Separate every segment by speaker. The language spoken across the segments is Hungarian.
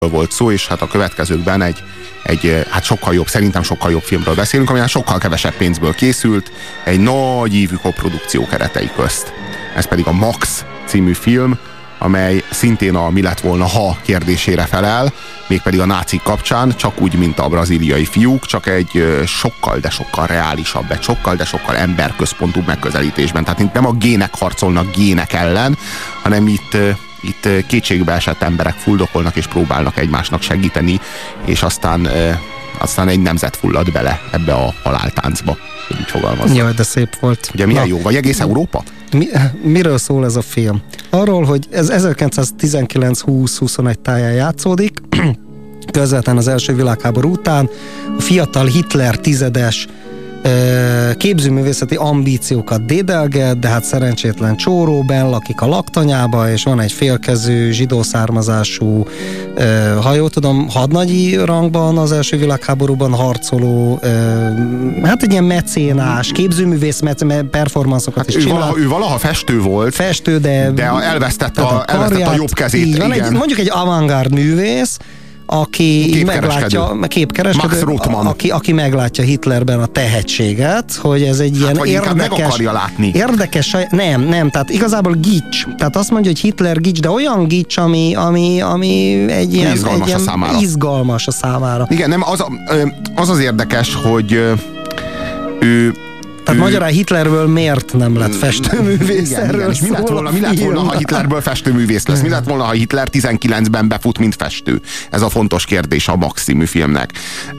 Speaker 1: volt szó, és hát a következőkben egy hát sokkal jobb, szerintem sokkal jobb filmről beszélünk, amilyen sokkal kevesebb pénzből készült, egy nagy ívű koprodukció keretei közt. Ez pedig a Max című film, amely szintén a mi lett volna ha kérdésére felel, mégpedig a nácik kapcsán, csak úgy, mint a brazíliai fiúk, csak egy sokkal, de sokkal reálisabb, egy sokkal, de sokkal emberközpontúbb megközelítésben. Tehát itt nem a gének harcolnak gének ellen, hanem itt kétségbe esett emberek fuldokolnak és próbálnak egymásnak segíteni, és aztán egy nemzet fullad bele ebbe a haláltáncba, hogy így fogalmazom.
Speaker 2: Jaj, de szép volt.
Speaker 1: Ugye milyen jó? Vagy egész Európa?
Speaker 2: Miről szól ez a film? Arról, hogy ez 1919-20-21 táján játszódik, közvetlen az első világháború után, a fiatal Hitler tizedes képzőművészeti ambíciókat dédelget, de hát szerencsétlen csóró benn lakik a laktanyába, és van egy félkezű, zsidó származású, ha jól tudom, hadnagyi rangban az első világháborúban harcoló, hát egy ilyen mecénás, képzőművész performanszokat is csinál.
Speaker 1: Ő valaha festő volt, de elvesztette a jobb kezét.
Speaker 2: Így van, mondjuk egy avantgárd művész, aki meglátja, képkereskedő, aki meglátja Hitlerben a tehetséget, hogy ez egy ilyen érdekes, nem, tehát igazából gics. Tehát azt mondja, hogy Hitler gics, de olyan gics, ami egy ilyen izgalmas a számára.
Speaker 1: Igen, nem, az érdekes, hogy ő
Speaker 2: tehát magyarán Hitlerből miért nem lett festőművész?
Speaker 1: Igen, és mi lett volna, ha Hitlerből festőművész lesz? Mi lett volna, ha Hitler 19-ben befut, mint festő? Ez a fontos kérdés a Max című filmnek.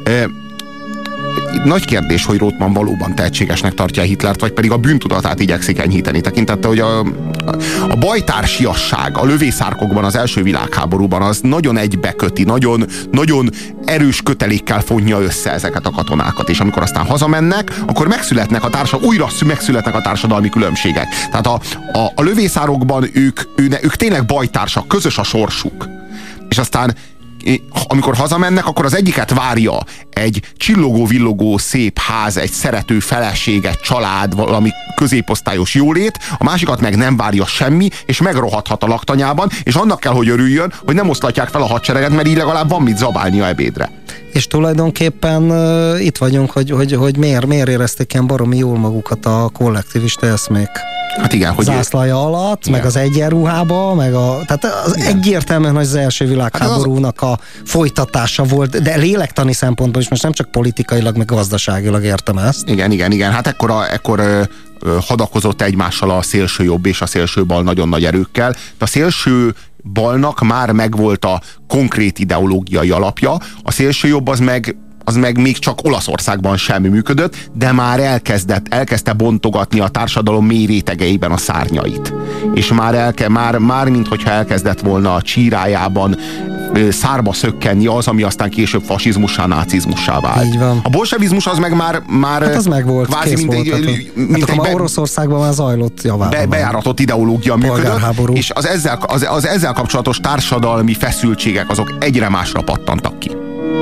Speaker 1: Nagy kérdés, hogy Rothman valóban tehetségesnek tartja Hitlert, vagy pedig a bűntudatát igyekszik enyhíteni. Tekintette, hogy a bajtársiasság a lövészárkokban az első világháborúban az nagyon egybeköti, nagyon, nagyon erős kötelékkel fonja össze ezeket a katonákat. És amikor aztán hazamennek, akkor újra megszületnek a társadalmi különbségek. Tehát a lövészárokban ők tényleg bajtársak, közös a sorsuk. És aztán amikor hazamennek, akkor az egyiket várja egy csillogó-villogó szép ház, egy szerető feleség, egy család, valami középosztályos jólét, a másikat meg nem várja semmi, és megrohadhat a laktanyában, és annak kell, hogy örüljön, hogy nem oszlatják fel a hadsereget, mert így legalább van mit zabálnia ebédre.
Speaker 2: És tulajdonképpen itt vagyunk, hogy miért érezték ilyen baromi jól magukat a kollektivista eszmék.
Speaker 1: Hát igen, hogy
Speaker 2: zászlaja alatt, igen. Meg az egyenruhába, tehát az egyértelműen, hogy az első világháborúnak a folytatása volt, de lélektani szempontból is, most nem csak politikailag, meg gazdaságilag értem ezt.
Speaker 1: Igen. Hát ekkor hadakozott egymással a szélső jobb és a szélső bal nagyon nagy erőkkel. De a szélső balnak már megvolt a konkrét ideológiai alapja, a szélső jobb az meg még csak Olaszországban sem működött, de már elkezdte bontogatni a társadalom mély rétegeiben a szárnyait. És már minthogyha elkezdett volna a csírájában szárba szökkenni az, ami aztán később fasizmussá, nácizmussá vált.
Speaker 2: Így van.
Speaker 1: A bolsevizmus az meg már
Speaker 2: hát az meg volt, kvázi mint egy Oroszországban már zajlott javában.
Speaker 1: Bejáratott ideológia működött, és az ezzel kapcsolatos társadalmi feszültségek azok egyre másra pattantak ki.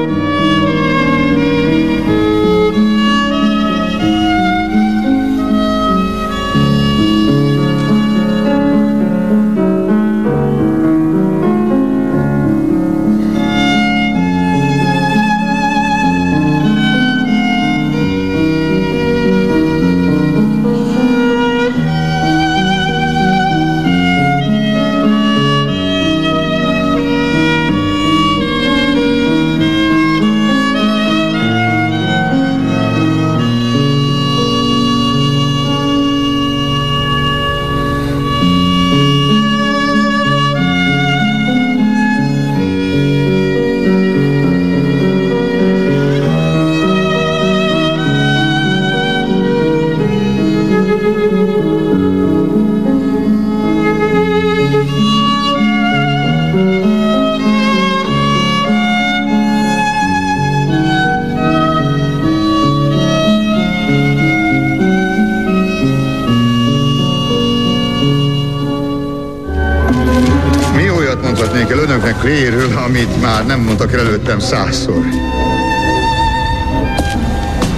Speaker 3: Mondhatnék el önöknek Kléről, amit már nem mondtak el előttem 100-szor.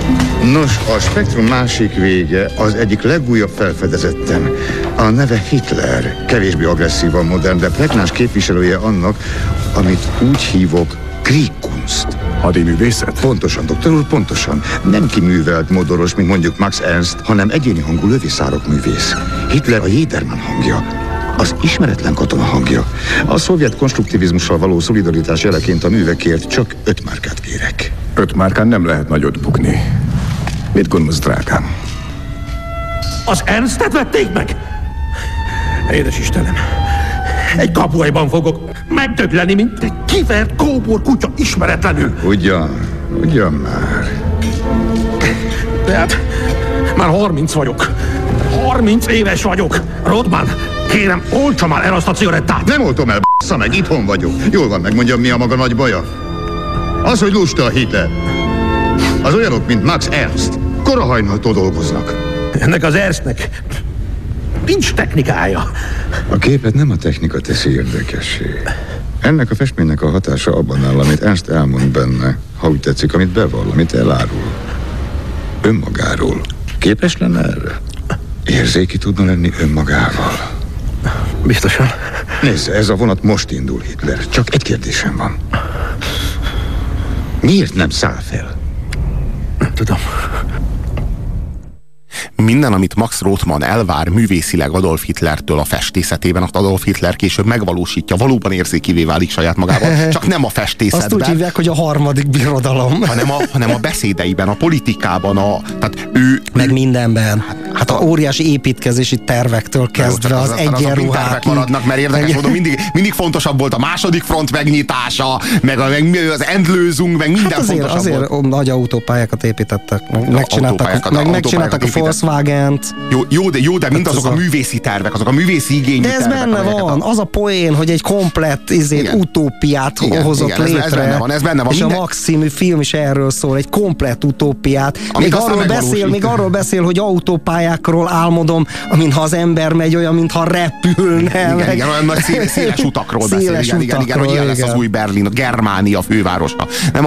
Speaker 3: Nos, a spektrum másik vége az egyik legújabb felfedezetten. A neve Hitler, kevésbé agresszívan modern, de pregnáns képviselője annak, amit úgy hívok Kriegkunst.
Speaker 4: Hadiművészet?
Speaker 3: Pontosan, doktor úr, pontosan. Nem kiművelt modoros, mint mondjuk Max Ernst, hanem egyéni hangú lövészárok művész. Hitler a Jedermann hangja, az ismeretlen katona hangja. A szovjet konstruktivizmussal való szolidaritás jeleként a művekért csak 5 márkát kérek.
Speaker 4: 5 márkán nem lehet nagyot bukni. Mit gondolsz, drágám?
Speaker 5: Az Ernstet vették meg? Édes Istenem, egy kapuajban fogok megdögleni, mint egy kivert kóbor kutya ismeretlenül.
Speaker 3: Ugyan már.
Speaker 5: Tehát már 30 vagyok. 30 éves vagyok. Rodman, kérem, oltsa már el azt a cigarettát.
Speaker 3: Nem oltom el, b***sza meg, itthon vagyok. Jól van, megmondjam, mi a maga nagy baja? Az, hogy lusta a Hitler. Az olyanok, mint Max Ernst. Korahajnaltól dolgoznak.
Speaker 5: Ennek az Ernstnek nincs technikája.
Speaker 3: A képet nem a technika teszi érdekessé. Ennek a festménynek a hatása abban áll, amit Ernst elmond benne, ha úgy tetszik, amit bevall, amit elárul. Önmagáról. Képes lenne erre? Érzéki tudna lenni önmagával.
Speaker 5: Biztosan.
Speaker 3: Nézze, ez a vonat most indul, Hitler. Csak egy kérdésem van. Miért nem száll fel?
Speaker 5: Nem tudom.
Speaker 1: Minden, amit Max Rothman elvár művészileg Adolf Hitlertől a festészetében, azt Adolf Hitler később megvalósítja, valóban érzékivé válik saját magával, csak nem a festészetben.
Speaker 2: Azt úgy hívják, hogy a harmadik birodalom.
Speaker 1: Hanem a beszédeiben, a politikában, tehát ő...
Speaker 2: Meg mindenben. Hát a óriási építkezési tervektől kezdve az egyenruhákig.
Speaker 1: Maradnak, mert érdekes módon mindig fontosabb volt a második front megnyitása, meg az Endlösung, meg minden fontosabb
Speaker 2: azért
Speaker 1: volt.
Speaker 2: nagy autópályákat építettek, megcsináltak a Volkswagent.
Speaker 1: Jó, de mindazok a művészi tervek, azok a művészi igényű
Speaker 2: tervek. De ez benne van, az a poén, hogy egy komplett utópiát hozott létre.
Speaker 1: Ez benne van.
Speaker 2: És a Max című film is erről szól, egy komplett utópiát. Még arról beszél, hogy autópályákról álmodom, amintha az ember megy, olyan, mintha repülne.
Speaker 1: Igen, olyan nagy széles utakról beszél. Igen, hogy ilyen lesz az új Berlin, a Germánia fővárosa. Nem,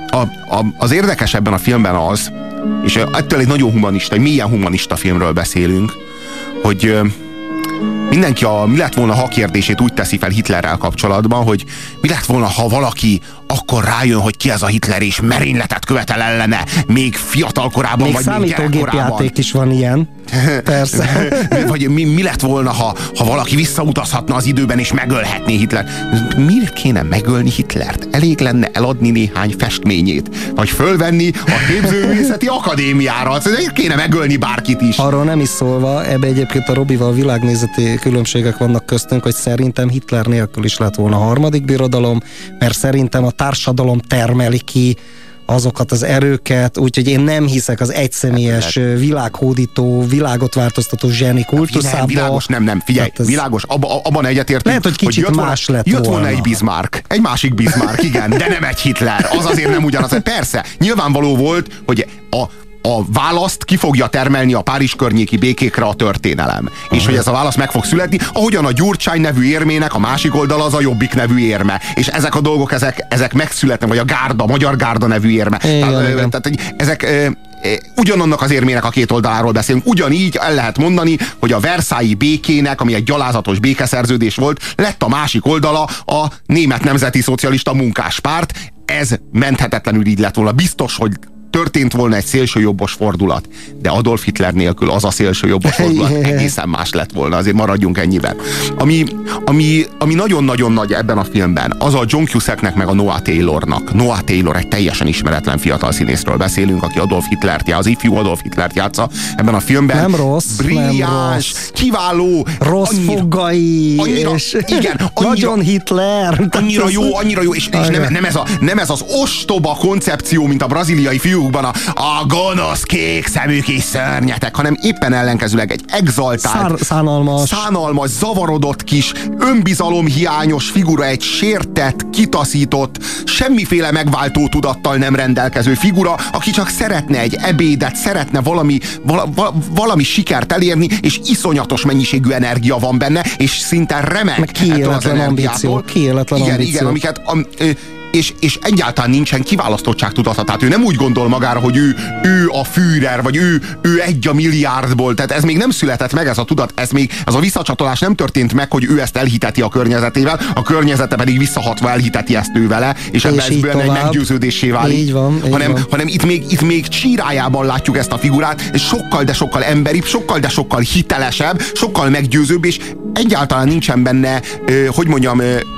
Speaker 1: az érdekes ebben a filmben az, és ettől egy nagyon humanista, egy mélyen humanista filmről beszélünk, hogy mindenki a mi lett volna, ha kérdését úgy teszi fel Hitlerrel kapcsolatban, hogy mi lett volna, ha valaki akkor rájön, hogy ki ez a Hitler, és merényletet követel ellene, még fiatal korában,
Speaker 2: még
Speaker 1: vagy még
Speaker 2: számítógépjáték is van ilyen. Persze.
Speaker 1: Vagy mi lett volna, ha valaki visszautazhatna az időben, és megölhetné Hitler? Miért kéne megölni Hitlert? Elég lenne eladni néhány festményét, vagy fölvenni a Képzőművészeti Akadémiára. Miért kéne megölni bárkit is?
Speaker 2: Arról nem is szólva, ebbe egyébként a Robival világnézeti különbségek vannak köztünk, hogy szerintem Hitler nélkül is lett volna a harmadik birodalom, mert szerintem a társadalom termeli ki azokat az erőket, úgyhogy én nem hiszek az egyszemélyes világhódító, világot változtató zseni kultuszába.
Speaker 1: Világos, nem, figyelj, világos, abban egyetértünk.
Speaker 2: Lehet, hogy kicsit más lett volna.
Speaker 1: Jött volna egy Bismarck, egy másik Bismarck, igen, de nem egy Hitler, az azért nem ugyanaz. Persze, nyilvánvaló volt, hogy a választ ki fogja termelni a Párizs környéki békékre a történelem. És hogy ez a válasz meg fog születni, ahogyan a Gyurcsány nevű érmének a másik oldala az a Jobbik nevű érme. És ezek a dolgok, ezek megszületnek, vagy a Gárda, Magyar Gárda nevű érme. Tehát ezek ugyanannak az érmének a két oldaláról beszélünk. Ugyanígy el lehet mondani, hogy a Versailles békének, ami egy gyalázatos békeszerződés volt, lett a másik oldala a Német Nemzeti Szocialista Munkáspárt. Ez menthetetlenül így lett volna. Biztos, hogy történt volna egy szélsőjobbos fordulat, de Adolf Hitler nélkül az a szélsőjobbos fordulat egészen más lett volna, azért maradjunk ennyiben. Ami nagyon-nagyon nagy ebben a filmben, az a John Cusacknek meg a Noah Taylornak. Noah Taylor egy teljesen ismeretlen fiatal színészről beszélünk, aki Adolf Hitlert az ifjú Adolf Hitlert játsza ebben a filmben.
Speaker 2: Nem rossz,
Speaker 1: brilliáns, kiváló,
Speaker 2: rossz fogai, és nagyon Hitler.
Speaker 1: Annyira jó, és nem ez az ostoba koncepció, mint a braziliai fiúkban, a gonosz kék szemű kis szörnyetek, hanem éppen ellenkezőleg egy exaltált, szánalmas, zavarodott kis, önbizalomhiányos figura, egy sértett, kitaszított, semmiféle megváltó tudattal nem rendelkező figura, aki csak szeretne egy ebédet, szeretne valami sikert elérni, és iszonyatos mennyiségű energia van benne, és szinte remek ettől az energiától.
Speaker 2: Kiéletlen ambíció.
Speaker 1: Igen, amiket és egyáltalán nincsen kiválasztottságtudata. Tehát ő nem úgy gondol magára, hogy ő a Führer, vagy ő egy a milliárdból. Tehát ez még nem született meg, ez a tudat, ez a visszacsatolás nem történt meg, hogy ő ezt elhiteti a környezetével, a környezete pedig visszahatva elhiteti ezt ő vele, és ebben egy meggyőződéssé válik.
Speaker 2: Így van,
Speaker 1: hanem itt még csírájában látjuk ezt a figurát, és sokkal, de sokkal emberibb, sokkal, de sokkal hitelesebb, sokkal meggyőzőbb, és egyáltalán nincsen benne, hogy mondjam,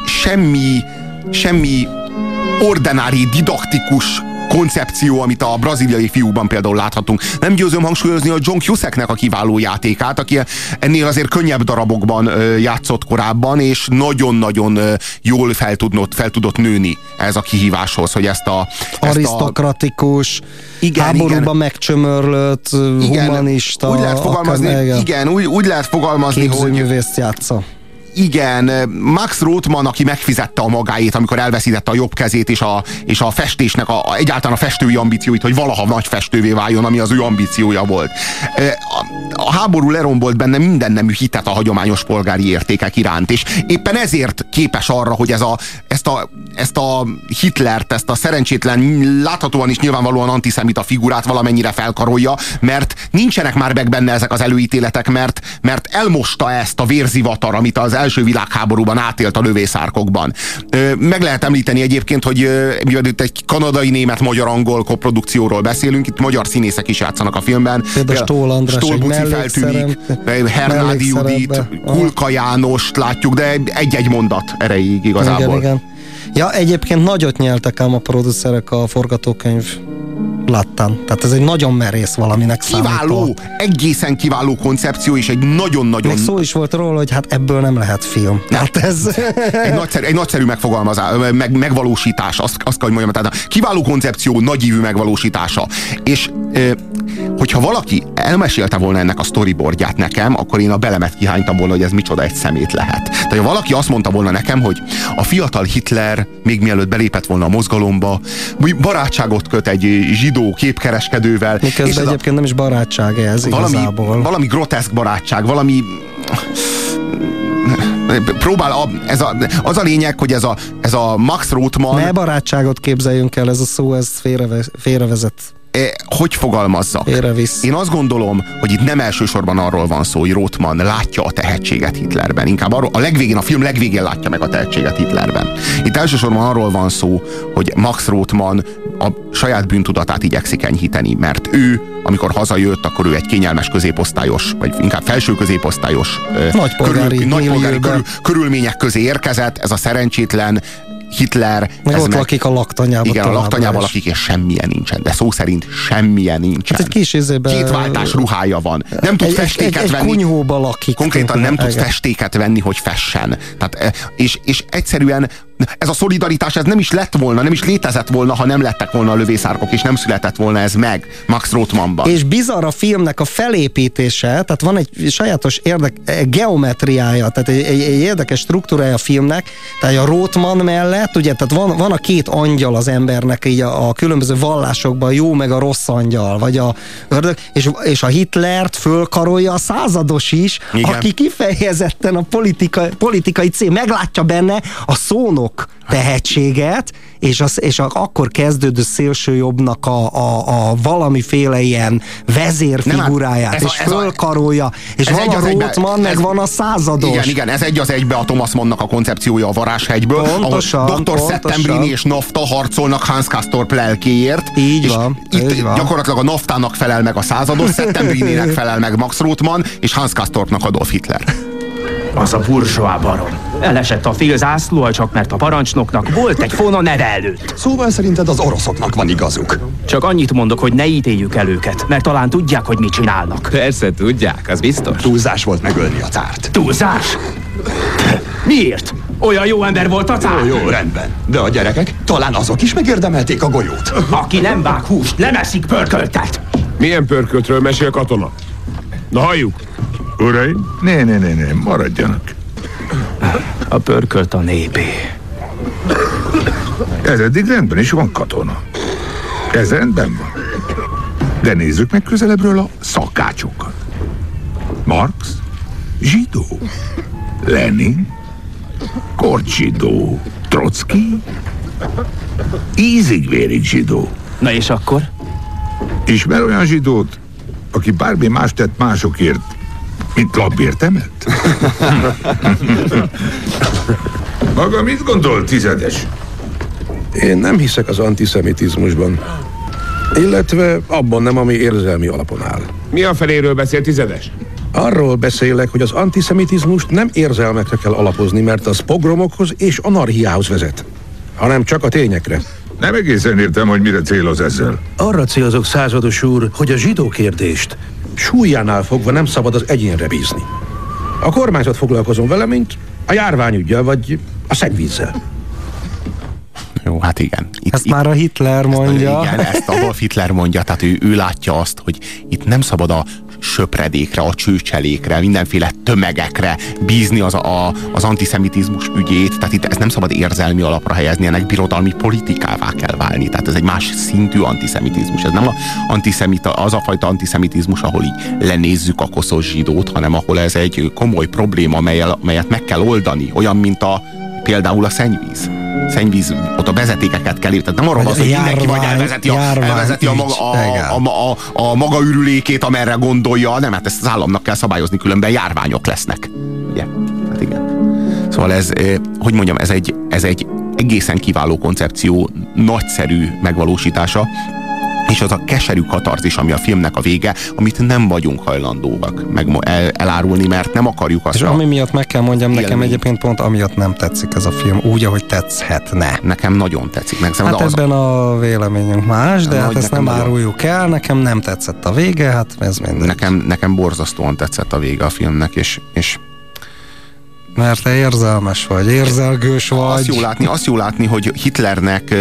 Speaker 1: semmi ordinári, didaktikus koncepció, amit a braziliai fiúkban például láthatunk. Nem győzöm hangsúlyozni a John Cusacknek a kiváló játékát, aki ennél azért könnyebb darabokban játszott korábban, és nagyon-nagyon jól fel tudott nőni ez a kihíváshoz, hogy ezt
Speaker 2: arisztokratikus, háborúban megcsömörlött, humanista,
Speaker 1: úgy lehet fogalmazni, úgy lehet fogalmazni,
Speaker 2: képzőművészt játsza.
Speaker 1: Igen, Max Rothman, aki megfizette a magáét, amikor elveszítette a jobb kezét, és a festésnek, egyáltalán a festői ambícióit, hogy valaha nagy festővé váljon, ami az ő ambíciója volt. A háború lerombolt benne minden nemű hitet a hagyományos polgári értékek iránt, és éppen ezért képes arra, hogy ezt a Hitlert, ezt a szerencsétlen, láthatóan is nyilvánvalóan antiszemita figurát valamennyire felkarolja, mert nincsenek már meg benne ezek az előítéletek, mert elmosta ezt a vérzivatar, amit az első világháborúban átélt a lövészárkokban. Meg lehet említeni egyébként, hogy itt egy kanadai, német, magyar, angol koprodukcióról beszélünk, itt magyar színészek is játszanak a filmben.
Speaker 2: Például Stól András,
Speaker 1: Stól Buci feltűnik, Hernádi Judit, Kulka Jánost látjuk, de egy-egy mondat erejéig igazából.
Speaker 2: Igen. Ja, egyébként nagyot nyeltek ám a producerek a forgatókönyv láttán. Tehát ez egy nagyon merész valaminek
Speaker 1: kiváló, egészen kiváló koncepció, és egy nagyon-nagyon...
Speaker 2: Még szó is volt róla, hogy hát ebből nem lehet film. Hát ez...
Speaker 1: egy nagyszerű megvalósítás, azt kell, hogy mondjam. Tehát a kiváló koncepció, nagyívű megvalósítása. És hogyha valaki elmesélte volna ennek a storyboardját nekem, akkor én a belemet kihánytam volna, hogy ez micsoda egy szemét lehet. Tehát ha valaki azt mondta volna nekem, hogy a fiatal Hitler még mielőtt belépett volna a mozgalomba, barátságot köt egy zsidó képkereskedővel.
Speaker 2: Miközben egyébként nem is barátság ez igazából.
Speaker 1: Valami groteszk barátság, valami... az a lényeg, hogy ez a Max Rothman...
Speaker 2: Ne barátságot képzeljünk el, ez a szó, ez félrevezet.
Speaker 1: Hogy fogalmazza? Én azt gondolom, hogy itt nem elsősorban arról van szó, hogy Rothman látja a tehetséget Hitlerben. Inkább arról, a film legvégén látja meg a tehetséget Hitlerben. Itt elsősorban arról van szó, hogy Max Rothman a saját bűntudatát igyekszik enyhíteni, mert ő, amikor hazajött, akkor ő egy kényelmes középosztályos, vagy inkább felső középosztályos
Speaker 2: nagypolgári
Speaker 1: körülmények közé érkezett, ez a szerencsétlen Hitler...
Speaker 2: Meg ott lakik a laktanyában.
Speaker 1: Igen, a laktanyában lakik, és semmilyen nincsen. De szó szerint semmilyen nincsen.
Speaker 2: Hát egy kis
Speaker 1: két váltás ruhája van. Nem tud festéket venni.
Speaker 2: Egy kunyhóba lakik.
Speaker 1: Konkrétan nem tud festéket venni, hogy fessen. Tehát, és egyszerűen ez a szolidaritás, ez nem is lett volna, nem is létezett volna, ha nem lettek volna a lövészárkok, és nem született volna ez meg Max Rothmanban.
Speaker 2: És bizarr a filmnek a felépítése, tehát van egy sajátos geometriája, tehát egy érdekes struktúrája a filmnek, tehát a Rothman mellett, ugye, tehát van a két angyal az embernek így a különböző vallásokban, a jó meg a rossz angyal, vagy a ördög, és a Hitlert fölkarolja a százados is, igen, aki kifejezetten a politikai cél, meglátja benne a szónok tehetséget, és akkor kezdődő szélsőjobbnak a valamiféle ilyen vezérfiguráját, és fölkarolja, és van a Rothman, meg van a százados.
Speaker 1: Igen, ez egy az egybe a Thomas Mannnak a koncepciója a Varázshegyből,
Speaker 2: pontosan,
Speaker 1: ahol Dr. Settembrini és Nafta harcolnak Hans Castorp lelkéért.
Speaker 2: Így van.
Speaker 1: Itt gyakorlatilag a Naftának felel meg a százados, Settembrininek felel meg Max Rothman, és Hans Castorpnak Adolf Hitler.
Speaker 6: Az a burzsóá barom. Elesett a félzászló, csak mert a parancsnoknak volt egy fona neve előtt.
Speaker 3: Szóval szerinted az oroszoknak van igazuk?
Speaker 6: Csak annyit mondok, hogy ne ítéljük el őket, mert talán tudják, hogy mit csinálnak.
Speaker 7: Persze tudják, az biztos.
Speaker 3: Túlzás volt megölni a cárt.
Speaker 6: Túlzás? Miért? Olyan jó ember volt a cár?
Speaker 3: Jó, rendben. De a gyerekek, talán azok is megérdemelték a golyót.
Speaker 6: Aki nem vág húst, nem eszik pörköltet.
Speaker 5: Milyen pörköltről mesél katona? Na halljuk! Uraim?
Speaker 8: Ne, maradjanak.
Speaker 6: A pörkölt a népé.
Speaker 8: Ez eddig rendben is van, katona. Ez rendben van. De nézzük meg közelebbről a szakácsokat. Marx, zsidó. Lenin, korcsidó. Trocki, Ízig-vérig zsidó.
Speaker 6: Na és akkor?
Speaker 8: Ismer olyan zsidót, aki bármi más tett másokért, mint labbért emelt? Maga mit gondol, tizedes?
Speaker 9: Én nem hiszek az antiszemitizmusban. Illetve abban nem, ami érzelmi alapon áll.
Speaker 10: Mi a feléről beszél, tizedes?
Speaker 9: Arról beszélek, hogy az antiszemitizmust nem érzelmekre kell alapozni, mert az pogromokhoz és anarchiához vezet, hanem csak a tényekre.
Speaker 8: Nem egészen értem, hogy mire céloz ezzel.
Speaker 9: Arra célzok, százados úr, hogy a zsidó kérdést súlyánál fogva nem szabad az egyénre bízni. A kormányzat foglalkozom vele, mint a járványüggyel, vagy a szennyvízzel.
Speaker 1: Jó, hát igen.
Speaker 2: Ezt már a Hitler mondja.
Speaker 1: Igen, ezt Adolf Hitler mondja, tehát ő látja azt, hogy itt nem szabad a söpredékre, a csőcselékre, mindenféle tömegekre bízni az antiszemitizmus ügyét, tehát itt ez nem szabad érzelmi alapra helyezni, ennek birodalmi politikává kell válni, tehát ez egy más szintű antiszemitizmus, ez nem az a fajta antiszemitizmus, ahol így lenézzük a koszos zsidót, hanem ahol ez egy komoly probléma, melyet meg kell oldani, olyan, mint például a szennyvíz. Ott a vezetékeket kell tehát nem arról az, hogy mindenki vagy elvezeti a maga ürülékét, amerre gondolja, nem, hát ezt az államnak kell szabályozni, különben járványok lesznek. Ugye? Hát igen. Szóval ez, hogy mondjam, ez egy egészen kiváló koncepció, nagyszerű megvalósítása, és az a keserű katarzis, ami a filmnek a vége, amit nem vagyunk hajlandóak elárulni, mert nem akarjuk azt.
Speaker 2: És ami miatt meg kell mondjam, nekem egyébként pont amiatt nem tetszik ez a film, úgy, ahogy tetszhetne.
Speaker 1: Nekem nagyon tetszik.
Speaker 2: Hát ebben a véleményünk más, de hát ezt nem áruljuk el, nekem nem tetszett a vége, hát ez mindegy.
Speaker 1: Nekem borzasztóan tetszett a vége a filmnek, és
Speaker 2: mert te érzelmes vagy, érzelgős vagy.
Speaker 1: Azt jó látni, hogy Hitlernek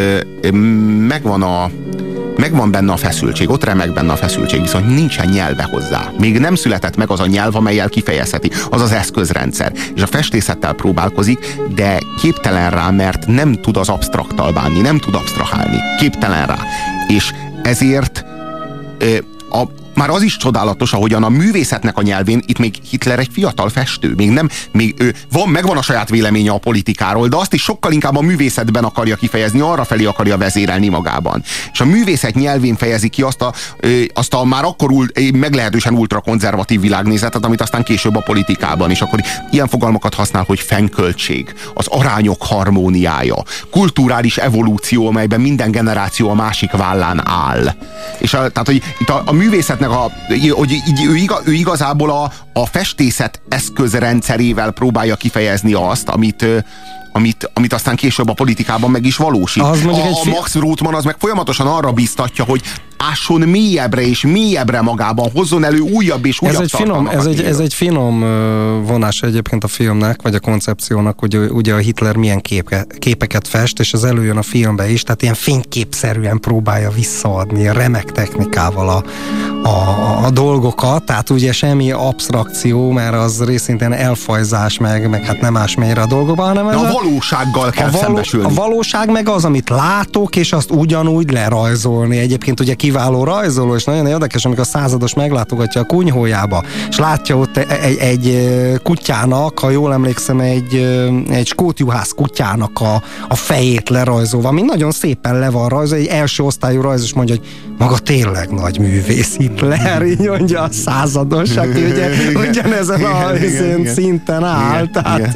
Speaker 1: megvan benne a feszültség, ott remeg benne a feszültség, viszont nincsen nyelve hozzá. Még nem született meg az a nyelv, amellyel kifejezheti. Az az eszközrendszer. És a festészettel próbálkozik, de képtelen rá, mert nem tud az absztrakttal bánni, nem tud absztrahálni. Képtelen rá. És ezért már az is csodálatos, ahogyan a művészetnek a nyelvén, itt még Hitler egy fiatal festő, megvan a saját véleménye a politikáról, de azt is sokkal inkább a művészetben akarja kifejezni, arra felé akarja vezérelni magában. És a művészet nyelvén fejezi ki azt a már akkor meglehetősen ultrakonzervatív világnézetet, amit aztán később a politikában, és akkor ilyen fogalmakat használ, hogy fennköltség, az arányok harmóniája, kulturális evolúció, amelyben minden generáció a másik vállán áll. És tehát, hogy itt a művészet hogy ő igazából a festészet eszközrendszerével próbálja kifejezni azt, amit aztán később a politikában meg is valósít. Max Rothman az meg folyamatosan arra bíztatja, hogy ásson mélyebbre és mélyebbre magában, hozzon elő újabb és újabb tartalmakat.
Speaker 2: Ez egy finom vonása egyébként a filmnek, vagy a koncepciónak, hogy ugye a Hitler milyen képeket fest, és ez előjön a filmbe is, tehát ilyen fényképszerűen próbálja visszaadni a remek technikával a dolgokat, tehát ugye semmi absztrakció, mert az részintén elfajzás, meg hát nem ás mélyre a dolgokban, hanem ez
Speaker 1: a valósággal kell szembesülni.
Speaker 2: A valóság meg az, amit látok, és azt ugyanúgy lerajzolni. Egyébként ugye kiváló rajzoló, és nagyon érdekes, amikor a százados meglátogatja a kunyhójába, és látja ott egy kutyának, ha jól emlékszem, egy skótjuhász kutyának a fejét lerajzolva, ami nagyon szépen le van rajzolva, egy első osztályú rajzos mondja, hogy maga tényleg nagy művész Hitler, így mondja a százados, aki ugye ugyanezen a szinten áll.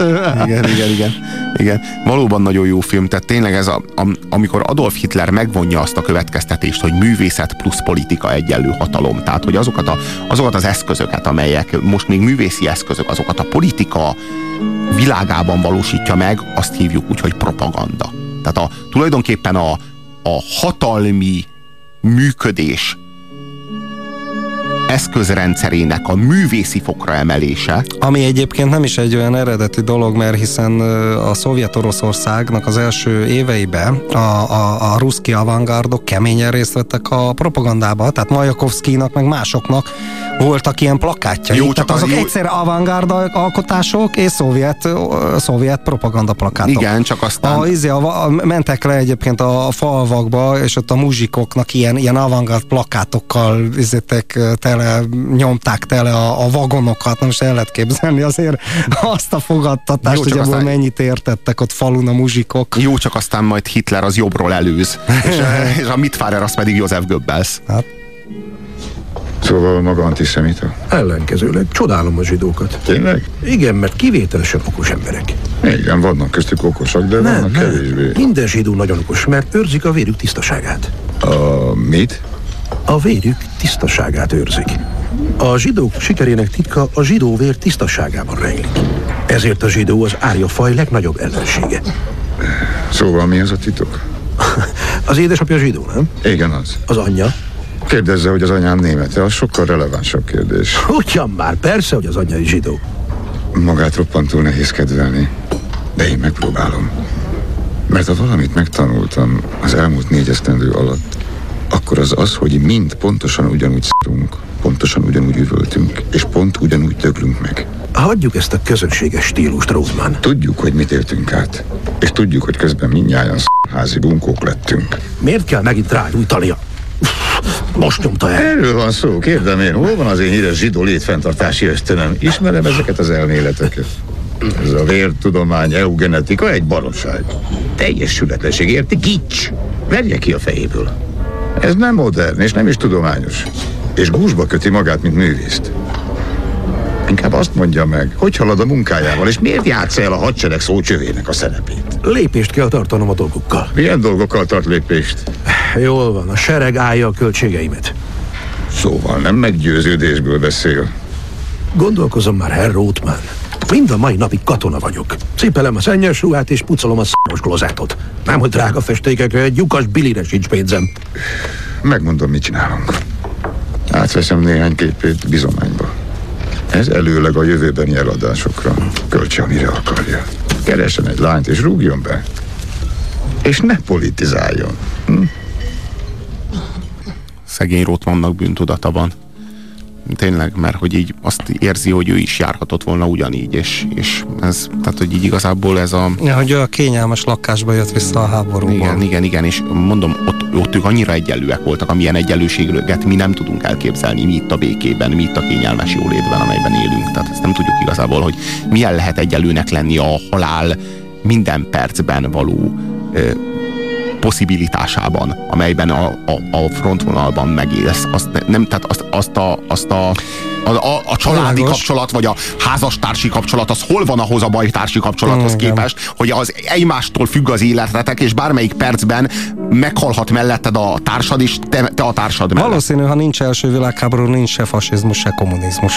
Speaker 1: Igen. Valóban nagyon jó film, tehát tényleg ez amikor Adolf Hitler megvonja azt a következtetést, hogy művészet plusz politika egyenlő hatalom, tehát hogy azokat az eszközöket, amelyek most még művészi eszközök, azokat a politika világában valósítja meg, azt hívjuk úgy, hogy propaganda. Tehát tulajdonképpen a hatalmi működés eszközrendszerének a művészi fokra emelése.
Speaker 2: Ami egyébként nem is egy olyan eredeti dolog, mert hiszen a Szovjet-Oroszországnak az első éveiben a ruszki avantgárdok keményen részt vettek a propagandában, tehát Majakovszkijnak meg másoknak voltak ilyen plakátjai. Tehát azok egyszerre avantgárd alkotások és szovjet propaganda plakátok.
Speaker 1: Igen, csak aztán...
Speaker 2: mentek le egyébként a falvakba, és ott a muzsikoknak ilyen avantgárd plakátokkal tele nyomták tele a vagonokat. Most el lehet képzelni azért azt a fogadtatást, hogy ebből mennyit értettek ott falun a muzsikok.
Speaker 1: Jó, csak aztán majd Hitler az jobbról előz, és a Mitfahrer az pedig Joseph Goebbels.
Speaker 2: Hát.
Speaker 3: Szóval maga antiszemita?
Speaker 9: Ellenkezőleg csodálom a zsidókat.
Speaker 3: Tényleg?
Speaker 9: Igen, mert kivételesen okos emberek.
Speaker 3: Igen, vannak köztük okosak, de vannak kevésbé.
Speaker 9: Minden zsidó nagyon okos, mert őrzik a vérük tisztaságát.
Speaker 3: Mit?
Speaker 9: A vérük tisztaságát őrzik. A zsidók sikerének titka a zsidó vér tisztaságában rejlik. Ezért a zsidó az árjafaj legnagyobb ellensége.
Speaker 3: Szóval mi az a titok?
Speaker 9: Az édesapja zsidó, nem?
Speaker 3: Igen, az.
Speaker 9: Az anyja?
Speaker 3: Kérdezze, hogy az anyám német, az sokkal relevánsabb kérdés.
Speaker 9: Ugyan már, persze, hogy az anyja is zsidó.
Speaker 3: Magát roppantól nehéz kedvelni, de én megpróbálom. Mert ha valamit megtanultam az elmúlt 4 esztendő alatt, akkor az, hogy mind pontosan ugyanúgy szarunk, pontosan ugyanúgy üvöltünk, és pont ugyanúgy döglünk meg.
Speaker 9: Hagyjuk ezt a közönséges stílust, Roseman.
Speaker 3: Tudjuk, hogy mit éltünk át, és tudjuk, hogy közben mindnyájan házi bunkók lettünk.
Speaker 9: Miért kell megint rágyújtania? Most nyomta el.
Speaker 3: Erről van szó, kérdem én, hol van az én híres zsidó létfenntartási ösztönöm? Ismerem ezeket az elméleteket. Ez a vértudomány, eugenetika egy baromság. Teljes sületlenség, érti? Gics! Verje ki a fejéből. Ez nem modern, és nem is tudományos. És gúzsba köti magát, mint művészt. Inkább azt mondja meg, hogy halad a munkájával, és miért játsza el a hadsereg szócsövének a szerepét?
Speaker 9: Lépést kell tartanom a dolgokkal.
Speaker 3: Milyen dolgokkal tart lépést?
Speaker 9: Jól van, a sereg állja a költségeimet.
Speaker 3: Szóval nem meggyőződésből beszél.
Speaker 9: Gondolkozom már, Herr Rothman. Mind a mai napig katona vagyok. Cipelem a szennyes ruhát és pucolom a szamos klozettot. Nem, hogy drága festékekre, egy lyukas bilire sincs pénzem.
Speaker 3: Megmondom, mit csinálunk. Átveszem néhány képét bizományba. Ez előleg a jövőbeni eladásokra. Költse, amire akarja. Keressen egy lányt és rúgjon be. És ne politizáljon.
Speaker 1: Szegény Rothmannak bűntudata van. Tényleg, mert hogy így azt érzi, hogy ő is járhatott volna ugyanígy, és ez, tehát, hogy így igazából ez a...
Speaker 2: Ja, hogy ő a kényelmes lakásba jött vissza a háborúban.
Speaker 1: Igen, és mondom, ott ők annyira egyenlőek voltak, amilyen egyenlőséget mi nem tudunk elképzelni, mi itt a békében, mi itt a kényelmes jólétben, amelyben élünk. Tehát ezt nem tudjuk igazából, hogy milyen lehet egyenlőnek lenni a halál minden percben való possibilitásában, amelyben a frontvonalban megélsz. A családi kapcsolat, vagy a házastársi kapcsolat, az hol van ahhoz a bajtársi kapcsolathoz képest, hogy az egymástól függ az életetek, és bármelyik percben meghalhat melletted a társad, és te a társad mellett.
Speaker 2: Valószínű, ha nincs első világháború, nincs se fasizmus, se kommunizmus.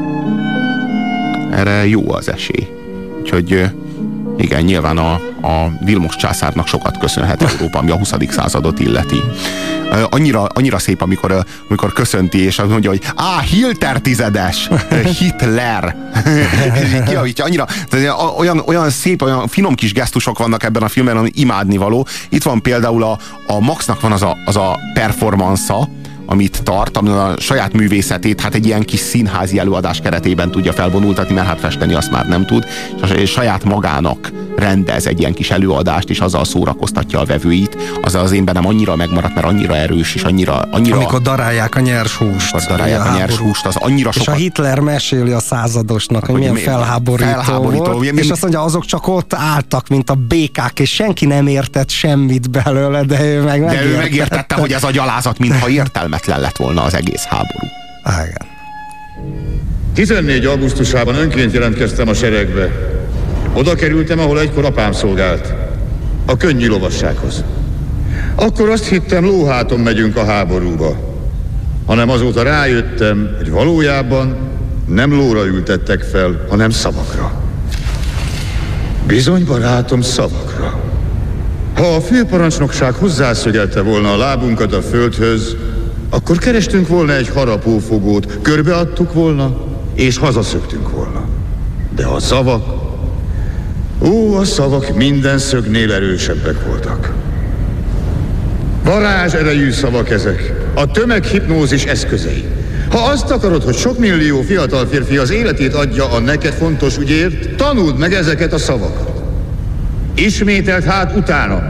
Speaker 1: Erre jó az esély. Úgyhogy igen, nyilván a Vilmos császárnak sokat köszönhet Európa, ami a 20. századot illeti. Annyira szép, amikor köszönti, és azt mondja, hogy Hilter tizedes, Hitler. Kiavítja, annyira, olyan szép, olyan finom kis gesztusok vannak ebben a filmben, ami imádnivaló. Itt van például a Maxnak van az a performance-a, amit tart, a saját művészetét hát egy ilyen kis színházi előadás keretében tudja felvonultatni, mert hát festeni azt már nem tud, és saját magának rendez egy ilyen kis előadást, és azzal szórakoztatja a vevőit. Az én bennem annyira megmaradt, mert annyira erős, és annyira...
Speaker 2: Amikor darálják a nyers húst.
Speaker 1: Az annyira sokat...
Speaker 2: És a Hitler meséli a századosnak, hogy milyen felháborító volt, és azt mondja, azok csak ott álltak, mint a békák, és senki nem értett semmit belőle, de ő
Speaker 1: megértette, hogy ez a gyalázat, mintha értelmetlen lett volna az egész háború.
Speaker 2: Igen.
Speaker 3: 14. augusztusában önként jelentkeztem a seregbe. Oda kerültem, ahol egykor apám szolgált. A könnyű lovassághoz. Akkor azt hittem, lóháton megyünk a háborúba. Hanem azóta rájöttem, hogy valójában nem lóra ültettek fel, hanem szavakra. Bizony, barátom, szavakra. Ha a főparancsnokság hozzászögelte volna a lábunkat a földhöz, akkor kerestünk volna egy harapófogót, körbeadtuk volna, és hazaszöktünk volna. De a szavak, a szavak minden szögnél erősebbek voltak. Varázs erejű szavak ezek, a tömeghipnózis eszközei. Ha azt akarod, hogy sok millió fiatal férfi az életét adja a neked fontos ügyért, tanuld meg ezeket a szavakat. Ismételd hát utána.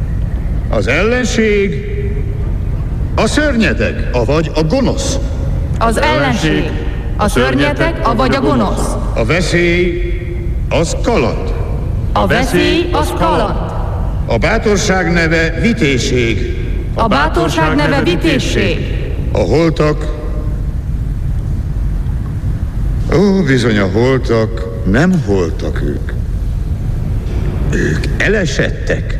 Speaker 3: Az ellenség, a szörnyeteg, avagy a gonosz.
Speaker 11: Az ellenség, a szörnyetek, avagy a gonosz.
Speaker 3: A veszély, az kaland.
Speaker 11: A veszély, az kaland.
Speaker 3: A bátorság neve vitézség.
Speaker 11: A bátorság neve vitézség.
Speaker 3: A holtak... Ó, bizony a holtak nem holtak ők. Ők elesettek.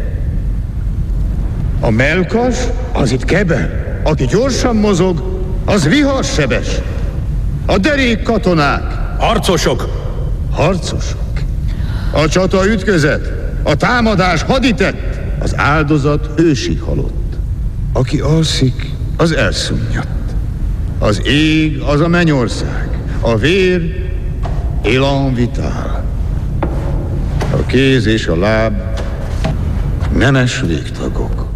Speaker 3: A mellkas, az itt kebel. Aki gyorsan mozog, az viharsebes. A derék katonák.
Speaker 9: Harcosok.
Speaker 3: Harcosok. A csata ütközet, a támadás haditett, az áldozat hősig halott. Aki alszik, az elszunyadt. Az ég, az a mennyország. A vér, élan vitál. A kéz és a láb, nemes végtagok.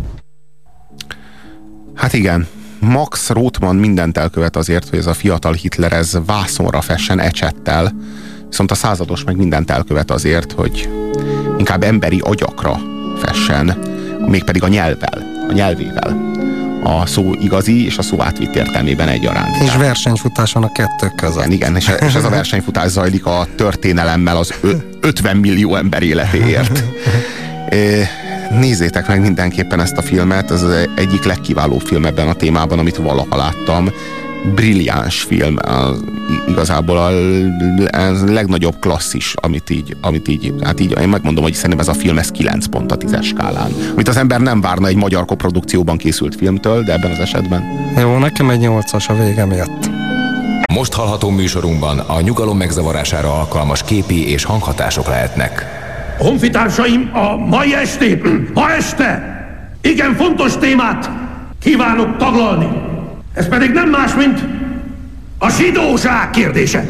Speaker 1: Hát igen, Max Rothman mindent elkövet azért, hogy ez a fiatal Hitler ez vászonra fessen ecsettel, viszont a százados meg mindent elkövet azért, hogy inkább emberi agyakra fessen, mégpedig a nyelvével. A szó igazi és a szó átvitt értelmében egyaránt.
Speaker 2: És versenyfutás van a kettő között.
Speaker 1: Igen, és ez a versenyfutás zajlik a történelemmel az 50 millió ember életéért. Nézzétek meg mindenképpen ezt a filmet, ez az egyik legkiválóbb film ebben a témában, amit valaha láttam. Brilliáns film, igazából a legnagyobb klasszis, amit így, hát így én megmondom, hogy szerintem ez a film, ez 9 pont a 10-es skálán. Amit az ember nem várna egy magyar koprodukcióban készült filmtől, de ebben az esetben.
Speaker 2: Jó, nekem egy 8-as a vége miatt.
Speaker 12: Most hallható műsorunkban a nyugalom megzavarására alkalmas képi és hanghatások lehetnek.
Speaker 5: Honfitársaim, a mai ma este igen fontos témát kívánok taglalni. Ez pedig nem más, mint a zsidóság kérdése.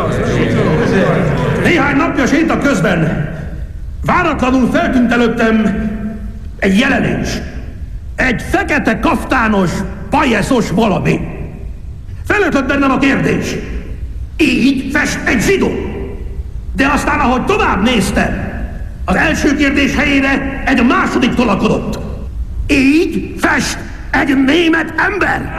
Speaker 5: Néhány napja séta közben váratlanul feltűnt előttem egy jelenés. Egy fekete kaftános, pajeszos valami. Felötött bennem a kérdés. Így fest egy zsidó. De aztán, ahogy tovább néztem, az első kérdés helyére egy második tolakodott. Így fest egy német ember?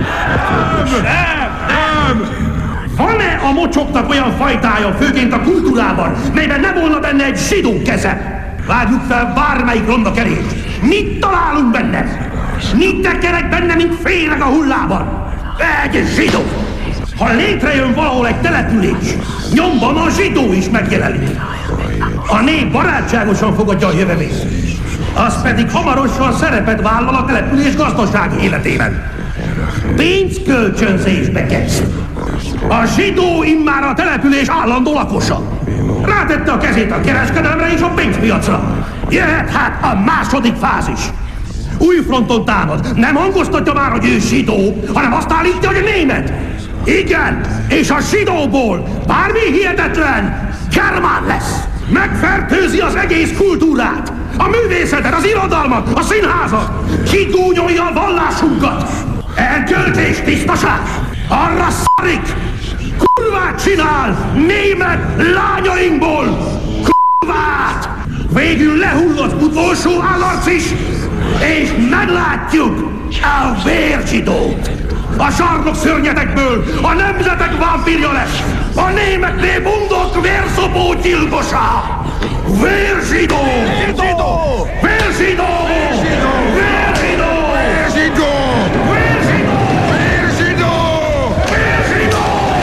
Speaker 5: Nem! Van-e a mocsoknak olyan fajtája, főként a kultúrában, melyben nem volna benne egy zsidó keze? Vágjuk fel bármelyik ronda kerét. Mit találunk benne? Mit tekerek benne, mint féreg a hullában? Egy zsidó! Ha létrejön valahol egy település, nyomban a zsidó is megjelenik. A nép barátságosan fogadja a jövevét. Az pedig hamarosan szerepet vállal a település gazdasági életében. Pénzkölcsönzésbe kezd. A zsidó immár a település állandó lakosa. Rátette a kezét a kereskedelemre és a pénzpiacra. Jöhet hát a második fázis. Új fronton támad. Nem hangoztatja már, hogy ő zsidó, hanem azt állítja, hogy német. Igen, és a zsidóból bármi hihetetlen germán lesz. Megfertőzi az egész kultúrát, a művészetet, az irodalmat, a színházat. Kigúnyolja a vallásunkat. Elköltés, tisztaság. Arra szarik. Kurvát csinál német lányainkból. Kurvát. Végül lehull az utolsó állarc is, és meglátjuk a vérzsidót. A zsarnok szörnyetekből a nemzetek vámpírja lesz. A német népundok vérszopó gyilkosa. Vérzsidó! Vérzsidó! Vérzsidó! Vérzsidó! Vérzsidó! Vérzsidó! Vérzsidó!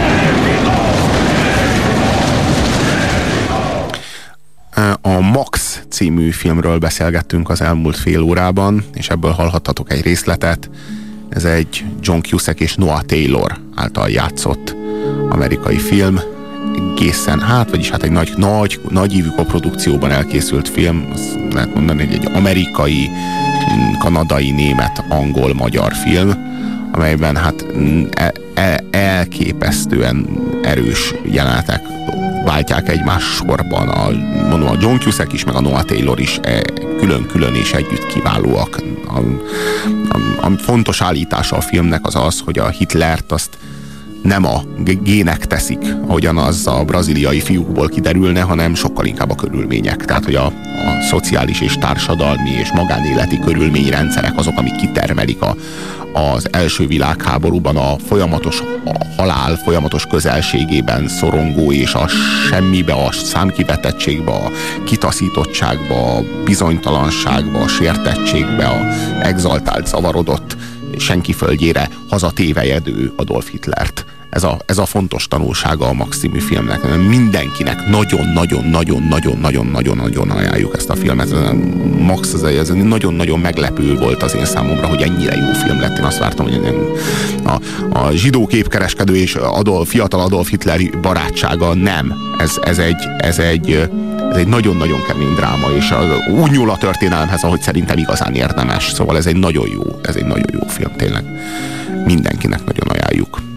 Speaker 1: A Max című filmről beszélgettünk az elmúlt fél órában, és ebből hallhattatok egy részletet. Ez egy John Cusack és Noah Taylor által játszott amerikai film. Egészen, egy nagy ívű koprodukcióban elkészült film. Azt lehet mondani, hogy egy amerikai, kanadai, német, angol, magyar film, amelyben hát elképesztően erős jelenetek váltják egymás sorban. Mondom, a John Cusack is, meg a Noah Taylor is külön-külön és együtt kiválóak. A fontos állítása a filmnek az az, hogy a Hitlert azt nem a gének teszik, ahogyan az a braziliai fiúkból kiderülne, hanem sokkal inkább a körülmények. Tehát, hogy a szociális és társadalmi és magánéleti körülményrendszerek azok, amik kitermelik az első világháborúban a folyamatos halál folyamatos közelségében szorongó és a semmibe, a számkivetettségbe, a kitaszítottságba, a bizonytalanságba, a sértettségbe, a exaltált, zavarodott senki földjére hazatévejedő Adolf Hitlert. Ez a fontos tanulsága a Max című filmnek. Mindenkinek nagyon-nagyon-nagyon-nagyon-nagyon ajánljuk ezt a filmet. Max ez nagyon-nagyon meglepő volt az én számomra, hogy ennyire jó film lett. Én azt vártam, hogy a zsidó képkereskedő és fiatal Adolf Hitler barátsága nem. Ez egy nagyon-nagyon kemény dráma, és úgy nyúl a történelemhez, ahogy szerintem igazán érdemes. Szóval ez egy nagyon jó film, tényleg. Mindenkinek nagyon ajánljuk.